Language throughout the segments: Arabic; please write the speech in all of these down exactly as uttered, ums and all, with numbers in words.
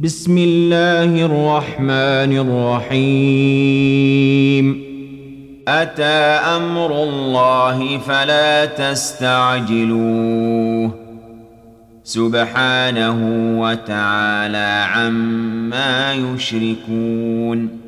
بسم الله الرحمن الرحيم أتى أمر الله فلا تستعجلوه سبحانه وتعالى عما يشركون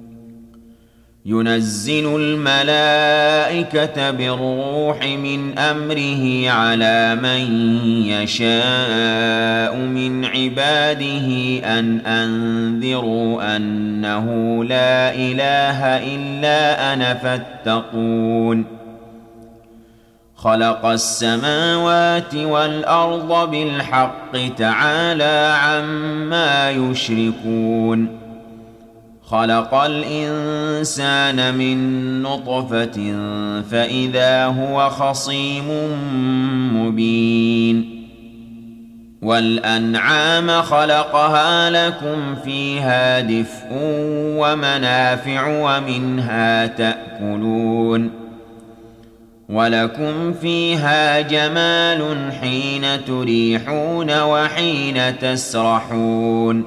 ينزل الملائكة بالروح من أمره على من يشاء من عباده أن أنذروا أنه لا إله إلا أنا فاتقون خلق السماوات والأرض بالحق تعالى عما يشركون خلق الإنسان من نطفة فإذا هو خصيم مبين والأنعام خلقها لكم فيها دفء ومنافع ومنها تأكلون ولكم فيها جمال حين تريحون وحين تسرحون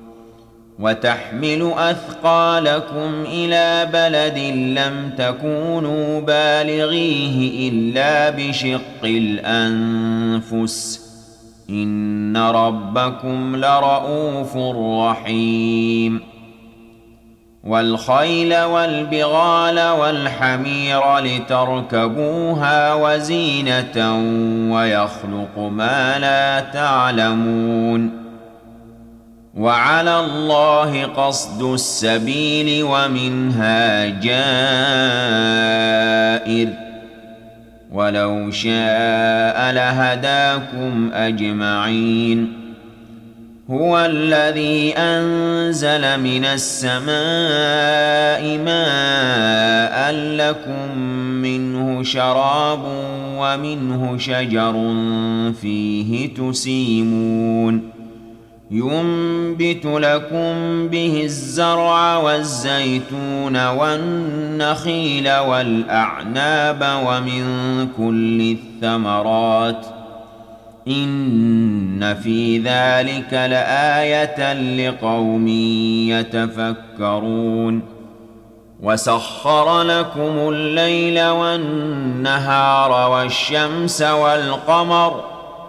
وتحمل أثقالكم إلى بلد لم تكونوا بالغيه إلا بشق الأنفس إن ربكم لرؤوف رحيم والخيل والبغال والحمير لتركبوها وزينة ويخلق ما لا تعلمون وعلى الله قصد السبيل ومنها جائر ولو شاء لهداكم أجمعين هو الذي أنزل من السماء ماء لكم منه شراب ومنه شجر فيه تسيمون ينبت لكم به الزرع والزيتون والنخيل والأعناب ومن كل الثمرات إن في ذلك لآية لقوم يتفكرون وسخر لكم الليل والنهار والشمس والقمر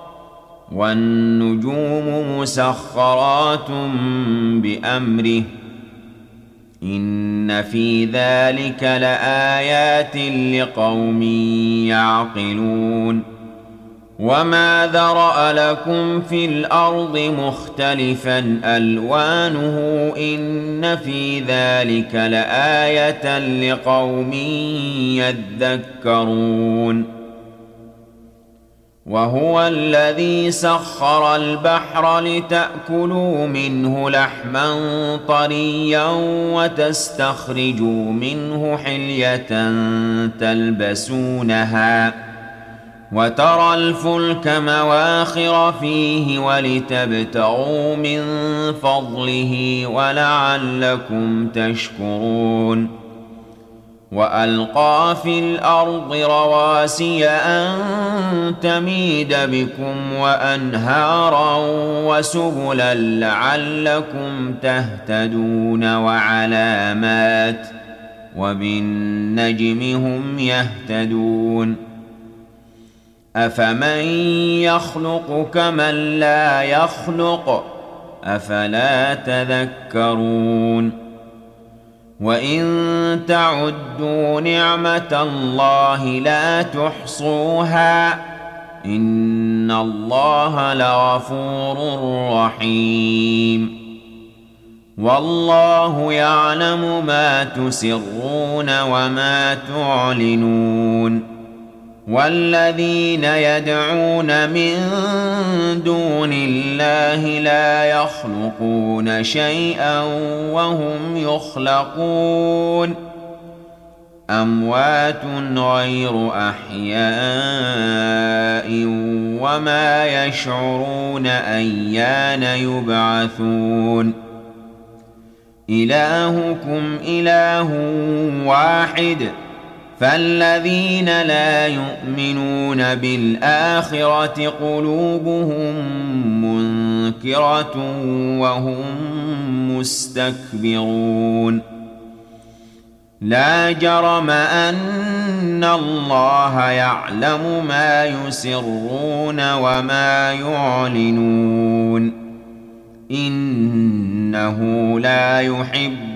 والنجوم مسخرات بأمره إن في ذلك لآيات لقوم يعقلون وما ذرأ لكم في الأرض مختلفا ألوانه إن في ذلك لآية لقوم يذكرون وهو الذي سخر البحر لتأكلوا منه لحما طريا وتستخرجوا منه حلية تلبسونها وترى الفلك مواخر فيه ولتبتغوا من فضله ولعلكم تشكرون وألقى في الأرض رواسي أن تميد بكم وأنهارا وسبلا لعلكم تهتدون وعلامات وبالنجم هم يهتدون أفمن يخلق كمن لا يخلق أفلا تذكرون وإن تعدوا نعمة الله لا تحصوها إن الله لغفور رحيم والله يعلم ما تسرون وما تعلنون والذين يدعون من دون الله لا يخلقون شيئا وهم يخلقون أموات غير أحياء وما يشعرون أيان يبعثون إلهكم إله واحد فالذين لا يؤمنون بالآخرة قلوبهم منكرة وهم مستكبرون لا جرم أن الله يعلم ما يسرون وما يعلنون إنه لا يحب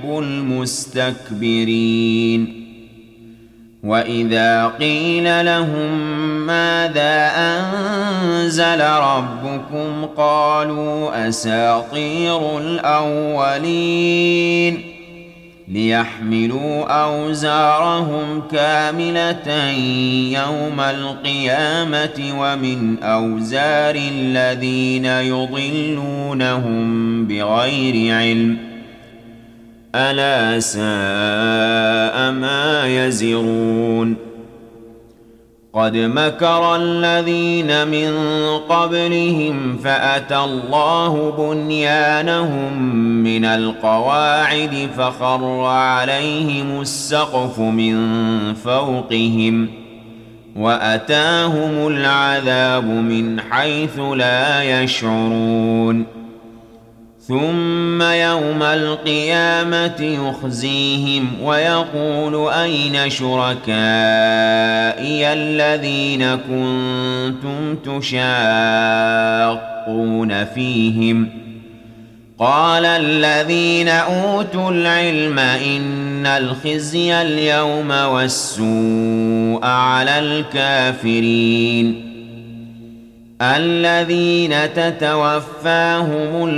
المستكبرين وإذا قيل لهم ماذا أنزل ربكم قالوا أساطير الأولين ليحملوا أوزارهم كاملة يوم القيامة ومن أوزار الذين يضلونهم بغير علم ألا ساء ما يزرون قد مكر الذين من قبلهم فأتى الله بنيانهم من القواعد فخر عليهم السقف من فوقهم وأتاهم العذاب من حيث لا يشعرون ثم يوم القيامة يخزيهم ويقول أين شركائي الذين كنتم تشاقون فيهم قال الذين أوتوا العلم إن الخزي اليوم والسوء على الكافرين الذين تتوفاهم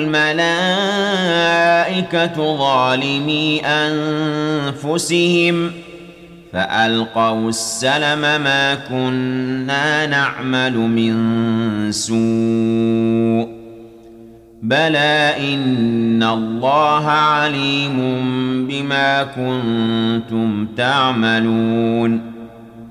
الملائكة ظالمي أنفسهم فألقوا السلم ما كنا نعمل من سوء بلى إن الله عليم بما كنتم تعملون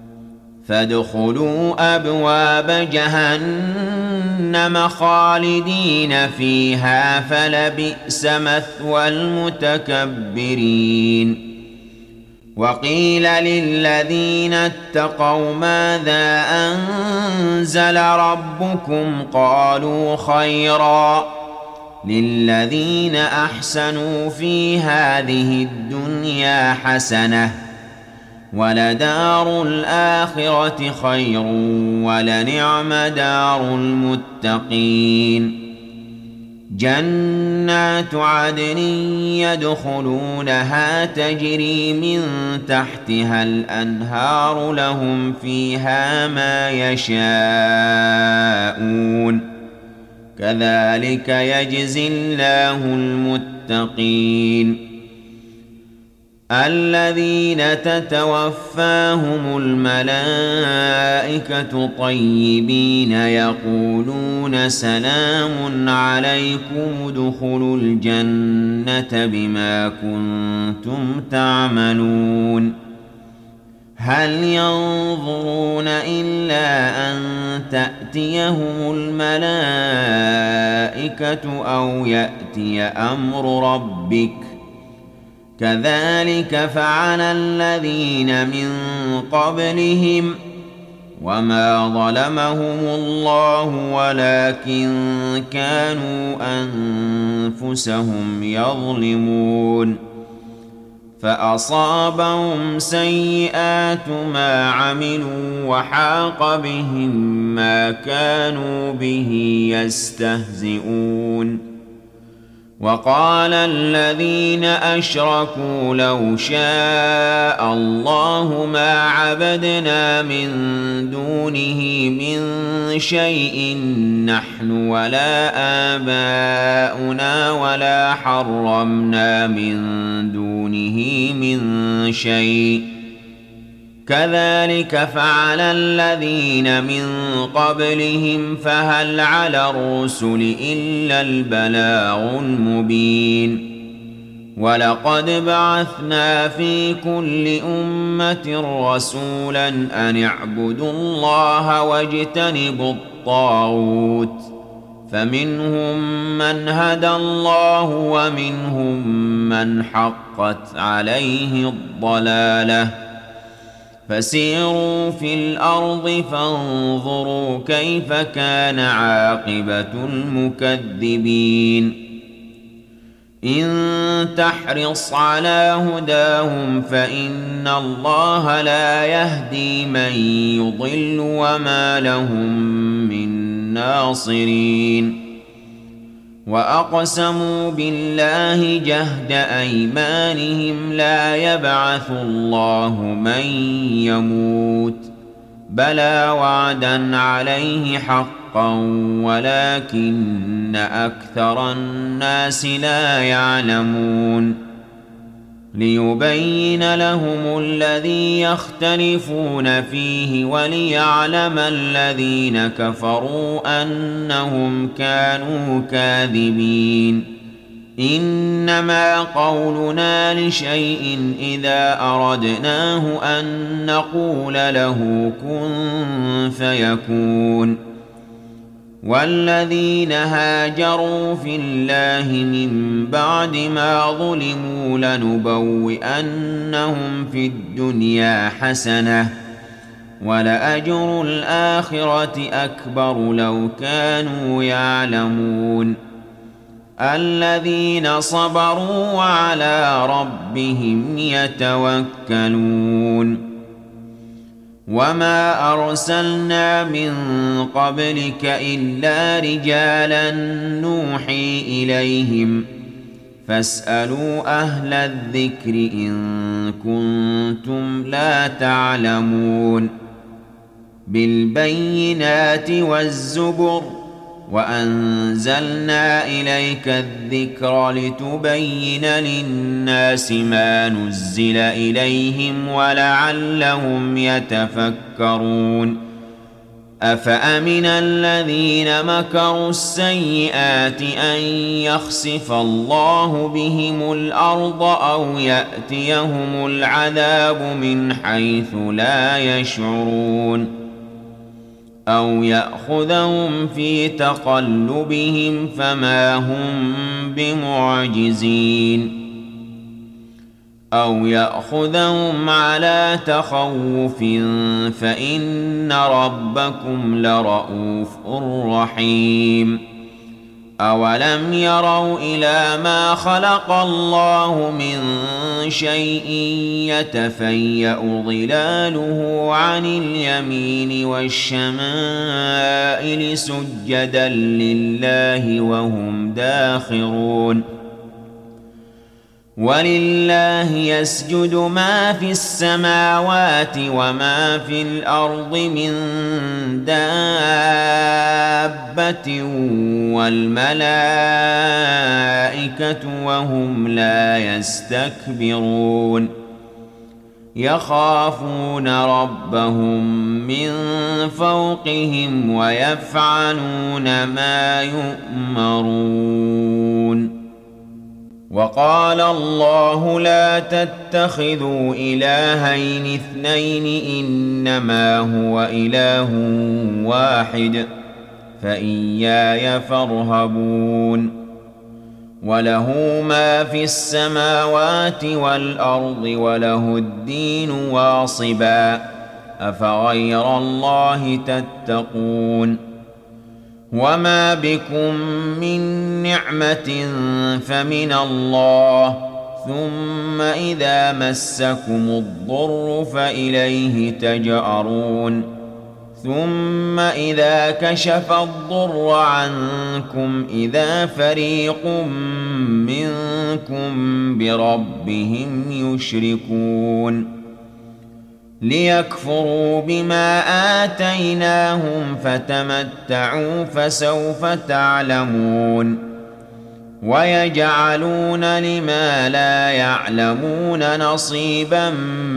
فادخلوا أبواب جهنم خالدين فيها فلبئس مثوى المتكبرين وقيل للذين اتقوا ماذا أنزل ربكم قالوا خيرا للذين أحسنوا في هذه الدنيا حسنة ولدار الآخرة خير ولنعم دار المتقين جنات عدن يدخلونها تجري من تحتها الأنهار لهم فيها ما يشاءون كذلك يجزي الله المتقين الذين تتوفاهم الملائكة طيبين يقولون سلام عليكم ادخلوا الجنة بما كنتم تعملون هل ينظرون إلا أن تأتيهم الملائكة أو يأتي أمر ربك كذلك فعل الذين من قبلهم وما ظلمهم الله ولكن كانوا أنفسهم يظلمون فأصابهم سيئات ما عملوا وحاق بهم ما كانوا به يستهزئون وقال الذين أشركوا لو شاء الله ما عبدنا من دونه من شيء نحن ولا آباؤنا ولا حرمنا من دونه من شيء كذلك فعل الذين من قبلهم فهل على الرسل إلا البلاغ المبين ولقد بعثنا في كل أمة رسولا أن اعبدوا الله واجتنبوا الطاغوت فمنهم من هدى الله ومنهم من حقت عليه الضلالة فسيروا في الأرض فانظروا كيف كان عاقبة المكذبين إن تحرص على هداهم فإن الله لا يهدي من يضل وما لهم من ناصرين وأقسموا بالله جهد أيمانهم لا يبعث الله من يموت بلى وعدا عليه حقا ولكن أكثر الناس لا يعلمون ليبين لهم الذي يختلفون فيه وليعلم الذين كفروا أنهم كانوا كاذبين إنما قولنا لشيء إذا أردناه أن نقول له كن فيكون والذين هاجروا في الله من بعد ما ظلموا لنبوئنهم في الدنيا حسنة ولأجر الآخرة أكبر لو كانوا يعلمون الذين صبروا وعلى ربهم يتوكلون وما أرسلنا من قبلك إلا رجالا نوحي إليهم فاسألوا أهل الذكر إن كنتم لا تعلمون بالبينات والزبر وأنزلنا إليك الذكر لتبين للناس ما نزل إليهم ولعلهم يتفكرون أفأمن الذين مكروا السيئات أن يخسف الله بهم الأرض أو يأتيهم العذاب من حيث لا يشعرون أو يأخذهم في تقلبهم فما هم بمعجزين أو يأخذهم على تخوف فإن ربكم لرؤوف رحيم أولم يروا إلى ما خلق الله من شيء يتفيأ ظلاله عن اليمين والشمائل سجدا لله وهم داخرون ولله يسجد ما في السماوات وما في الأرض من دابة والملائكة وهم لا يستكبرون يخافون ربهم من فوقهم ويفعلون ما يؤمرون وقال الله لا تتخذوا إلهين اثنين إنما هو إله واحد فإياي فارهبون وله ما في السماوات والأرض وله الدين واصبا أفغير الله تتقون وما بكم من نعمة فمن الله ثم إذا مسكم الضر فإليه تجأرون ثم إذا كشف الضر عنكم إذا فريق منكم بربهم يشركون ليكفروا بما آتيناهم فتمتعوا فسوف تعلمون ويجعلون لما لا يعلمون نصيبا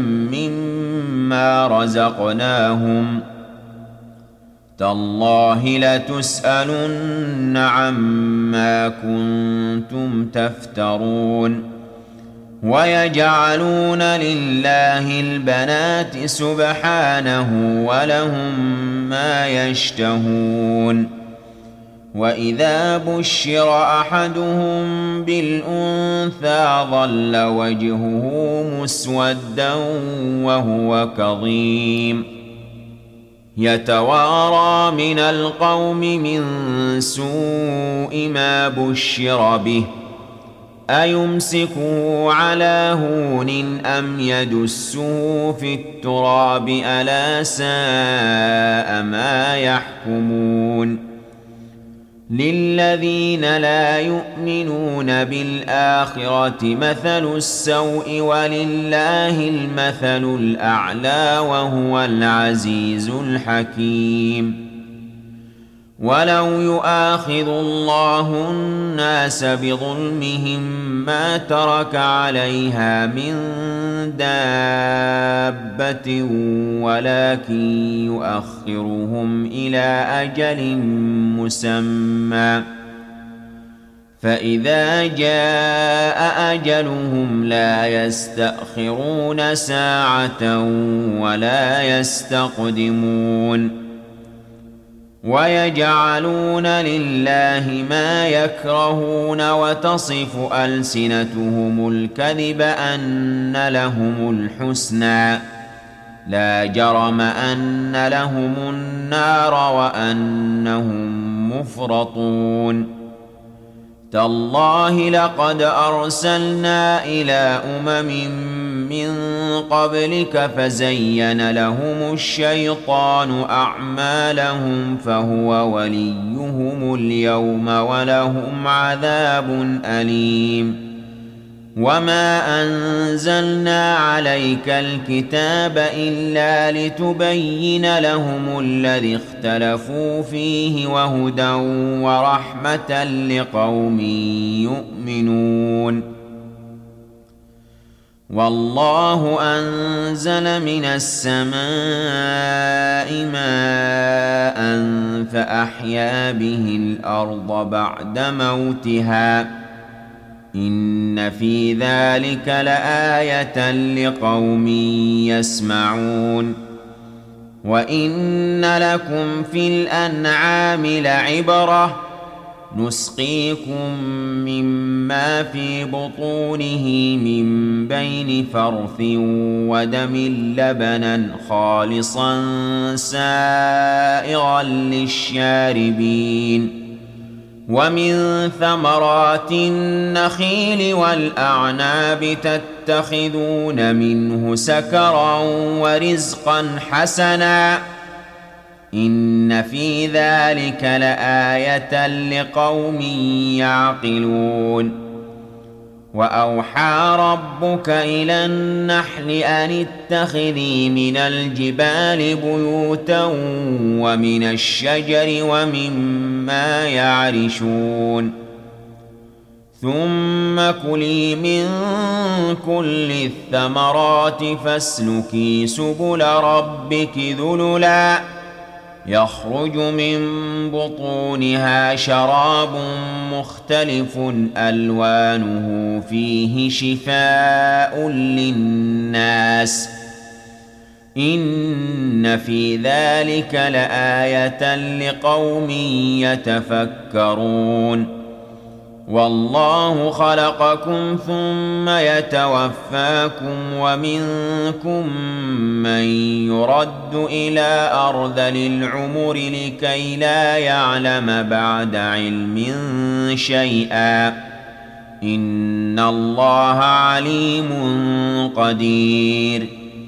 مما رزقناهم تالله لتسألن عما كنتم تفترون ويجعلون لله البنات سبحانه ولهم ما يشتهون وإذا بشر أحدهم بالأنثى ظل وجهه مسودا وهو كظيم يتوارى من القوم من سوء ما بشر به أيمسكه على هون أم يدسه في التراب ألا ساء ما يحكمون للذين لا يؤمنون بالآخرة مثل السوء ولله المثل الأعلى وهو العزيز الحكيم ولو يؤاخذ الله الناس بظلمهم ما ترك عليها من دابة ولكن يؤخرهم إلى أجل مسمى فإذا جاء أجلهم لا يستأخرون ساعة ولا يستقدمون ويجعلون لله ما يكرهون وتصف ألسنتهم الكذب أن لهم الحسنى لا جرم أن لهم النار وأنهم مفرطون تالله لقد أرسلنا إلى أمم من قبلك فزين لهم الشيطان أعمالهم فهو وليهم اليوم ولهم عذاب أليم وما أنزلنا عليك الكتاب إلا لتبين لهم الذي اختلفوا فيه وهدى ورحمة لقوم يؤمنون والله أنزل من السماء ماء فأحيا به الأرض بعد موتها إن في ذلك لآية لقوم يسمعون وإن لكم في الأنعام لعبرة نسقيكم مما في بطونه من بين فرث ودم لبنا خالصا سائغا للشاربين ومن ثمرات النخيل والأعناب تتخذون منه سكرا ورزقا حسنا إن في ذلك لآية لقوم يعقلون وأوحى ربك إلى النحل أن اتخذي من الجبال بيوتا ومن الشجر ومما يعرشون ثم كلي من كل الثمرات فاسلكي سبل ربك ذللا يخرج من بطونها شراب مختلف ألوانه فيه شفاء للناس إن في ذلك لآية لقوم يتفكرون والله خلقكم ثم يتوفاكم ومنكم من يرد إلى أرذل العمر لكي لا يعلم بعد علم شيئا إن الله عليم قدير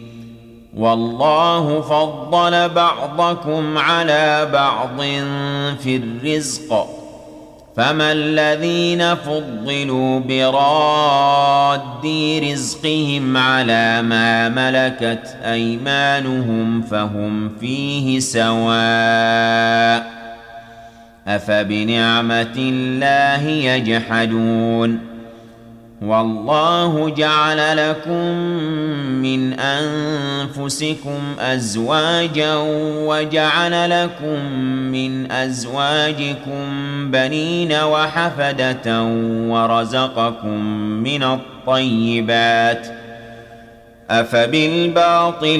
والله فضل بعضكم على بعض في الرزق فما الذين فضلوا براد رزقهم على ما ملكت أيمانهم فهم فيه سواء أفبنعمة الله يجحدون والله جعل لكم من أنفسكم أزواجا وجعل لكم من أزواجكم بنين وحفدة ورزقكم من الطيبات أفبالباطل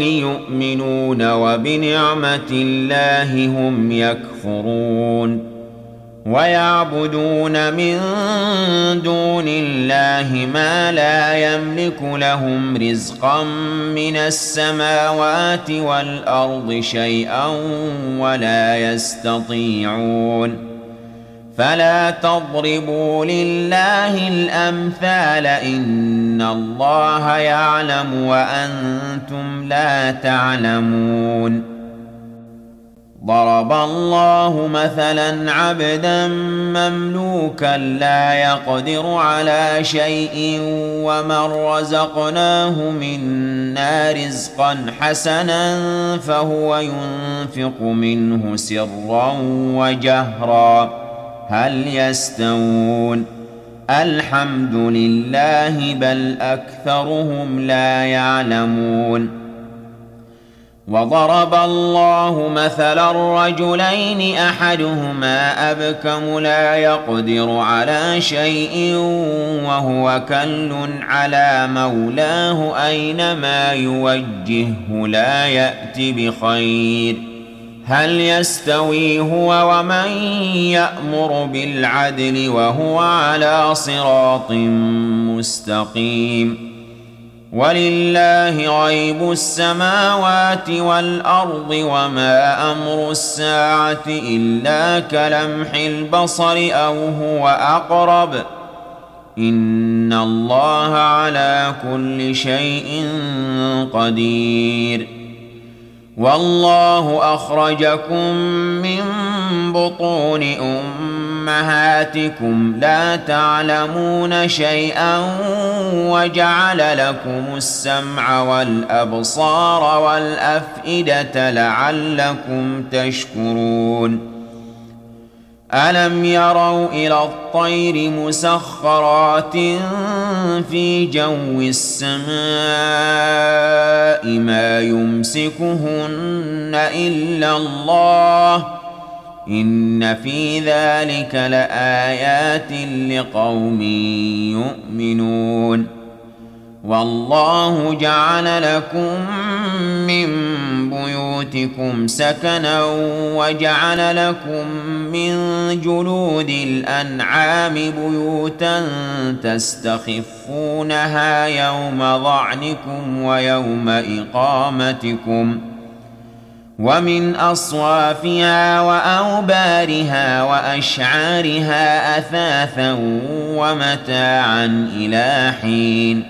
يؤمنون وبنعمة الله هم يكفرون ويعبدون من دون الله ما لا يملك لهم رزقا من السماوات والأرض شيئا ولا يستطيعون فلا تضربوا لله الأمثال إن الله يعلم وأنتم لا تعلمون ضرب الله مثلا عبدا مملوكا لا يقدر على شيء ومن رزقناه منا رزقا حسنا فهو ينفق منه سرا وجهرا هل يستوون الحمد لله بل أكثرهم لا يعلمون وضرب الله مثلا رجلين أحدهما أبكم لا يقدر على شيء وهو كل على مولاه أينما يوجهه لا يأتي بخير هل يستوي هو ومن يأمر بالعدل وهو على صراط مستقيم ولله غيب السماوات والأرض وما أمر الساعة إلا كلمح البصر أو هو أقرب إن الله على كل شيء قدير والله أخرجكم من بطون أمهاتكم لا تعلمون شيئا وجعل لكم السمع والأبصار والأفئدة لعلكم تشكرون ألم يروا إلى الطير مسخرات في جو السماء ما يمسكهن إلا الله إن في ذلك لآيات لقوم يؤمنون والله جعل لكم من بيوتكم سكنا وجعل لكم من جلود الأنعام بيوتا تستخفونها يوم ظعنكم ويوم إقامتكم ومن أصوافها وأوبارها وأشعارها أثاثا ومتاعا إلى حين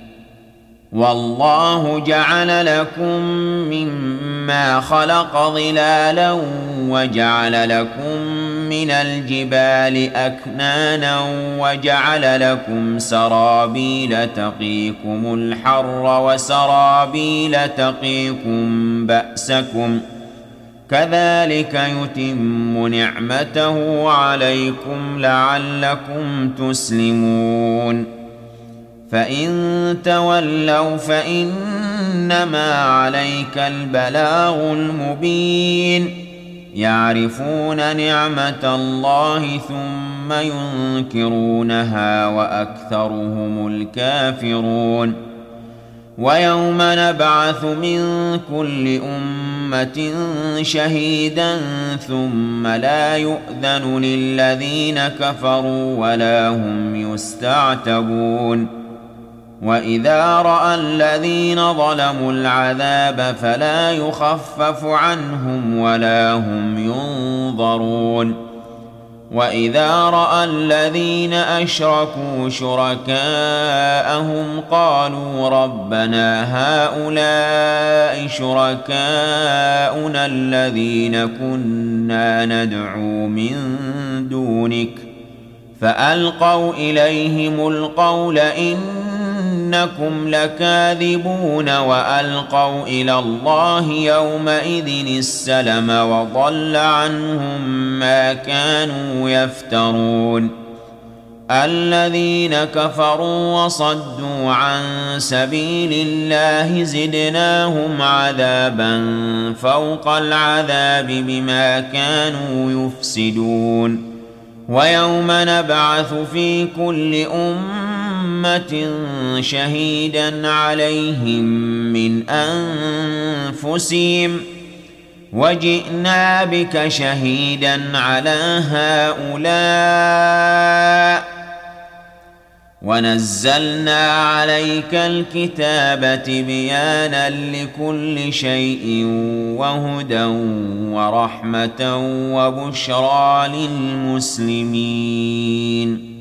والله جعل لكم مما خلق ظلالا وجعل لكم من الجبال أكنانا وجعل لكم سرابيل تقيكم الحر وسرابيل تقيكم بأسكم كذلك يتم نعمته عليكم لعلكم تسلمون فإن تولوا فإنما عليك البلاغ المبين يعرفون نعمة الله ثم ينكرونها وأكثرهم الكافرون ويوم نبعث من كل أمة شهيدا ثم لا يؤذن للذين كفروا ولا هم يستعتبون وإذا رأى الذين ظلموا العذاب فلا يخفف عنهم ولا هم ينظرون وإذا رأى الذين أشركوا شركاءهم قالوا ربنا هؤلاء شركاؤنا الذين كنا ندعو من دونك فألقوا إليهم القول إنكم لكاذبون وألقوا إلى الله يومئذ السلم وضل عنهم ما كانوا يفترون الذين كفروا وصدوا عن سبيل الله زدناهم عذابا فوق العذاب بما كانوا يفسدون ويوم نبعث في كل أمة شهيدا عليهم من أنفسهم وجئنا بك شهيدا على هؤلاء ونزلنا عليك الكتاب تبيانا لكل شيء وهدى ورحمة وبشرى للمسلمين.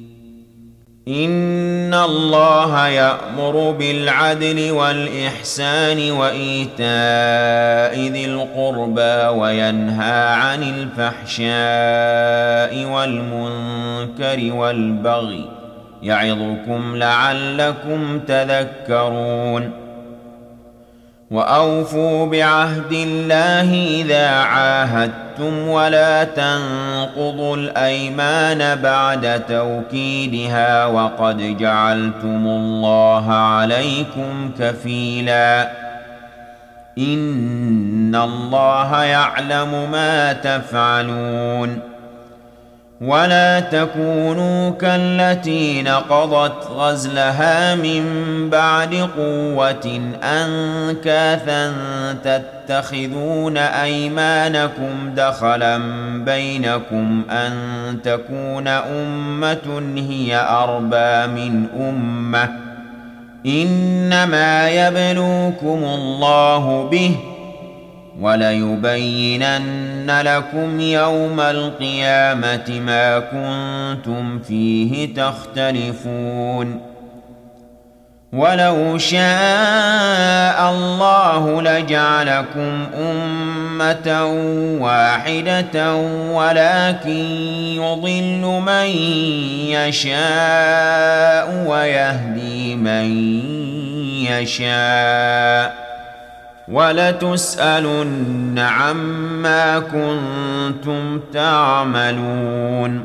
إن الله يأمر بالعدل والإحسان وإيتاء ذي القربى وينهى عن الفحشاء والمنكر والبغي يعظكم لعلكم تذكرون. وأوفوا بعهد الله إذا عاهدتم ولا تنقضوا الأيمان بعد توكيدها وقد جعلتم الله عليكم كفيلا. إن الله يعلم ما تفعلون. ولا تكونوا كالتي نقضت غزلها من بعد قوة أنكاثا تتخذون أيمانكم دخلا بينكم أن تكون أمة هي أربى من أمة إنما يبلوكم الله به وليبينن لكم يوم القيامة ما كنتم فيه تختلفون. ولو شاء الله لجعلكم أمة واحدة ولكن يضل من يشاء ويهدي من يشاء ولتسألن عما كنتم تعملون.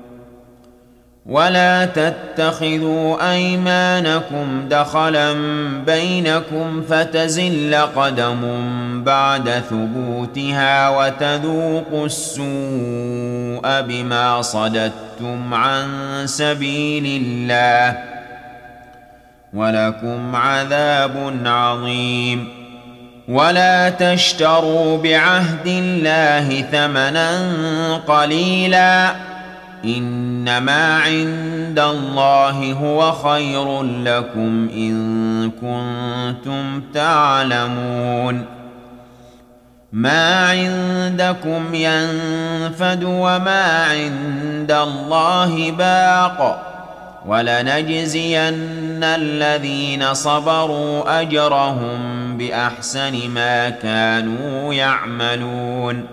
ولا تتخذوا أيمانكم دخلا بينكم فتزل قدم بعد ثبوتها وتذوقوا السوء بما صددتم عن سبيل الله ولكم عذاب عظيم. ولا تشتروا بعهد الله ثمنا قليلا إنما عند الله هو خير لكم إن كنتم تعلمون. ما عندكم ينفد وما عند الله باق ولنجزين الذين صبروا أجرهم بأحسن ما كانوا يعملون.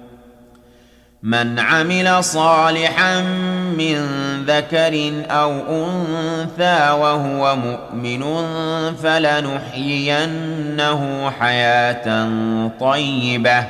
من عمل صالحا من ذكر أو أنثى وهو مؤمن فلنحيينه حياة طيبة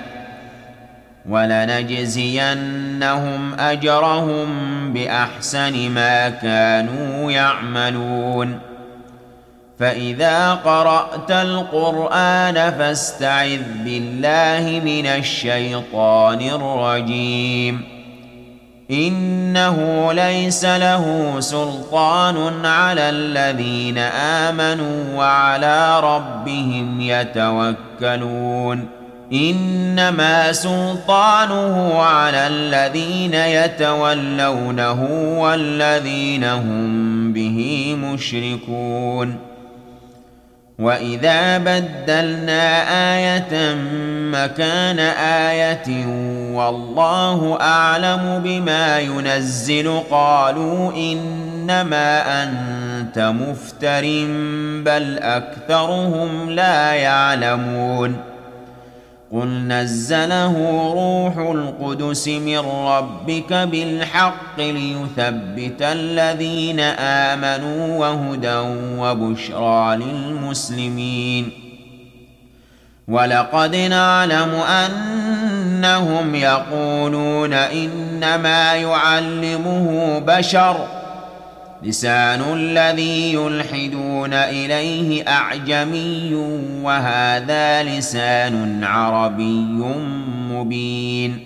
ولنجزينهم أجرهم بأحسن ما كانوا يعملون. فإذا قرأت القرآن فاستعذ بالله من الشيطان الرجيم. إنه ليس له سلطان على الذين آمنوا وعلى ربهم يتوكلون. إنما سلطانه على الذين يتولونه والذين هم به مشركون. وإذا بدلنا آية مكان آية والله أعلم بما ينزل قالوا إنما أنت مفتر بل أكثرهم لا يعلمون. قل نزله روح القدس من ربك بالحق ليثبت الذين آمنوا وهدى وبشرى للمسلمين. ولقد نعلم أنهم يقولون إنما يعلمه بشر لسان الذي يلحدون إليه أعجمي وهذا لسان عربي مبين.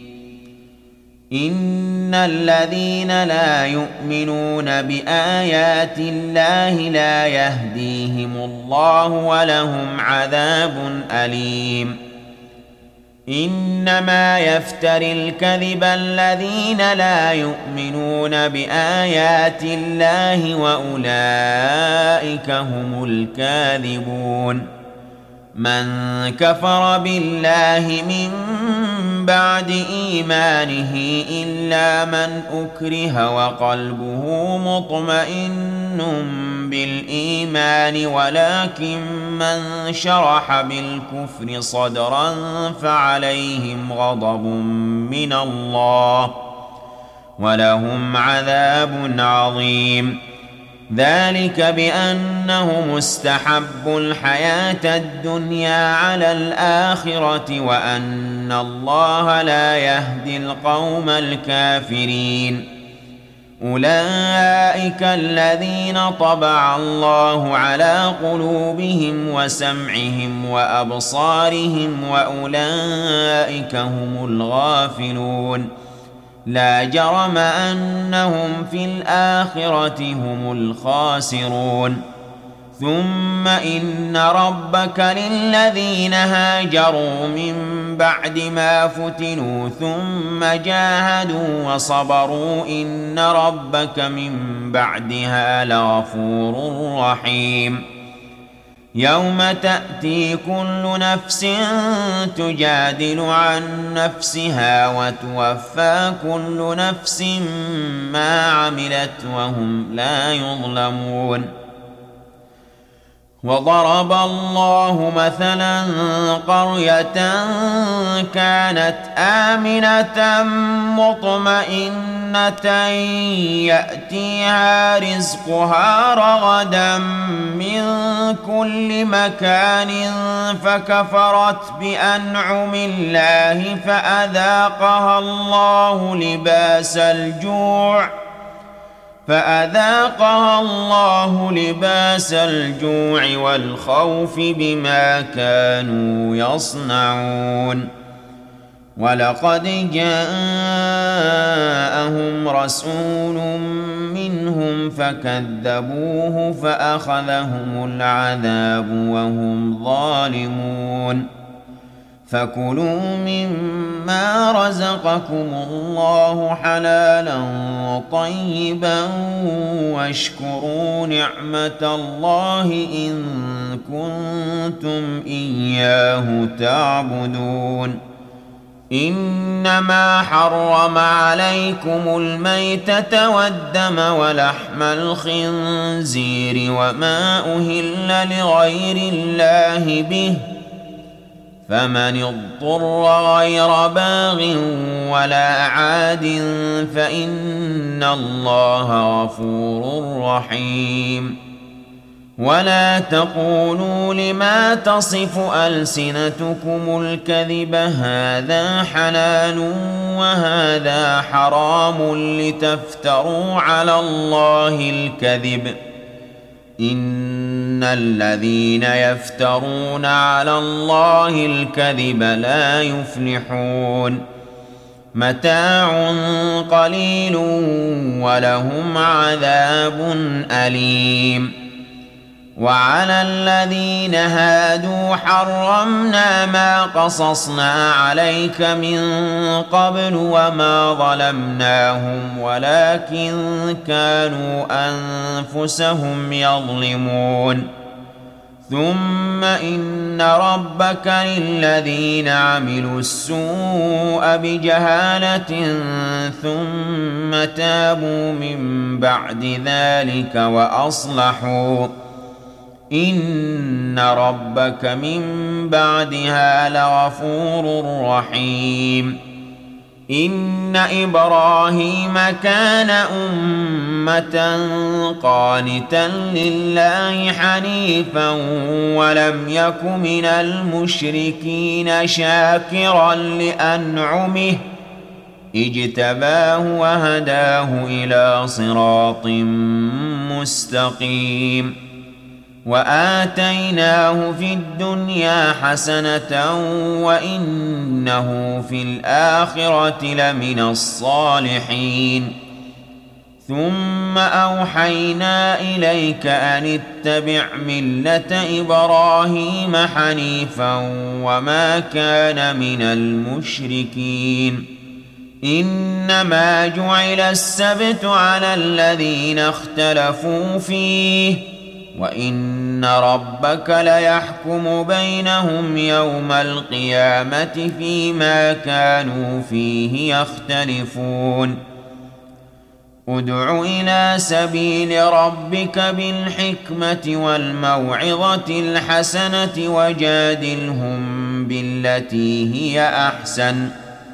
إن الذين لا يؤمنون بآيات الله لا يهديهم الله ولهم عذاب أليم. إنما يفتري الكذب الذين لا يؤمنون بآيات الله وأولئك هم الكاذبون. من كفر بالله من بعد إيمانه إلا من أكره وقلبه مطمئن بالإيمان ولكن من شرح بالكفر صدرا فعليهم غضب من الله ولهم عذاب عظيم. ذلك بأنهم استحبوا الحياة الدنيا على الآخرة وأن الله لا يهدي القوم الكافرين. أولئك الذين طبع الله على قلوبهم وسمعهم وأبصارهم وأولئك هم الغافلون. لا جرم أنهم في الآخرة هم الخاسرون. ثم إن ربك للذين هاجروا من بعد ما فتنوا ثم جاهدوا وصبروا إن ربك من بعدها لغفور رحيم. يوم تأتي كل نفس تجادل عن نفسها وتوفى كل نفس ما عملت وهم لا يظلمون. وضرب الله مثلا قرية كانت آمنة مطمئنة يأتيها رزقها رغدا من كل مكان فكفرت بأنعم الله فأذاقها الله لباس الجوع فأذاقها الله لباس الجوع والخوف بما كانوا يصنعون. ولقد جاءهم رسول منهم فكذبوه فأخذهم العذاب وهم ظالمون. فكلوا مما رزقكم الله حلالا طيبا واشكروا نعمة الله إن كنتم إياه تعبدون. إنما حرم عليكم الميتة والدم ولحم الخنزير وما أهل لغير الله به فمن اضطر غير باغ ولا عاد فإن الله غفور رحيم. ولا تقولوا لما تصف ألسنتكم الكذب هذا حلال وهذا حرام لتفتروا على الله الكذب. إن الذين يفترون على الله الكذب لا يفلحون. متاع قليل ولهم عذاب أليم. وعلى الذين هادوا حرمنا ما قصصنا عليك من قبل وما ظلمناهم ولكن كانوا أنفسهم يظلمون. ثم إن ربك للذين عملوا السوء بجهالة ثم تابوا من بعد ذلك وأصلحوا إن ربك من بعدها لغفور رحيم. إن إبراهيم كان أمة قانتا لله حنيفا ولم يك من المشركين شاكرا لأنعمه اجتباه وهداه إلى صراط مستقيم. وآتيناه في الدنيا حسنة وإنه في الآخرة لمن الصالحين. ثم أوحينا إليك أن اتبع ملة إبراهيم حنيفا وما كان من المشركين إنما جعل السبت على الذين اختلفوا فيه وإن ربك ليحكم بينهم يوم القيامة فيما كانوا فيه يختلفون ادع إلى سبيل ربك بالحكمة والموعظة الحسنة وجادلهم بالتي هي أحسن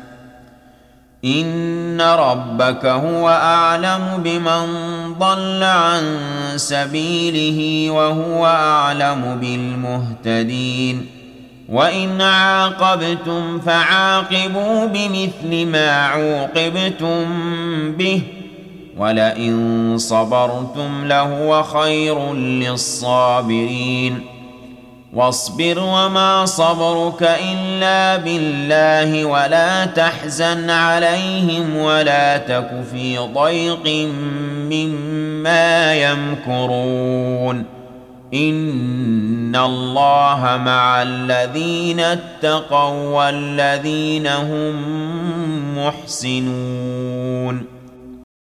إن ربك هو أعلم بمن ضل عن سبيله وهو أعلم بالمهتدين وإن عاقبتم فعاقبوا بمثل ما عوقبتم به ولئن صبرتم لهو خير للصابرين واصبر وما صبرك إلا بالله ولا تحزن عليهم ولا تك في ضيق مما يمكرون إن الله مع الذين اتقوا والذين هم محسنون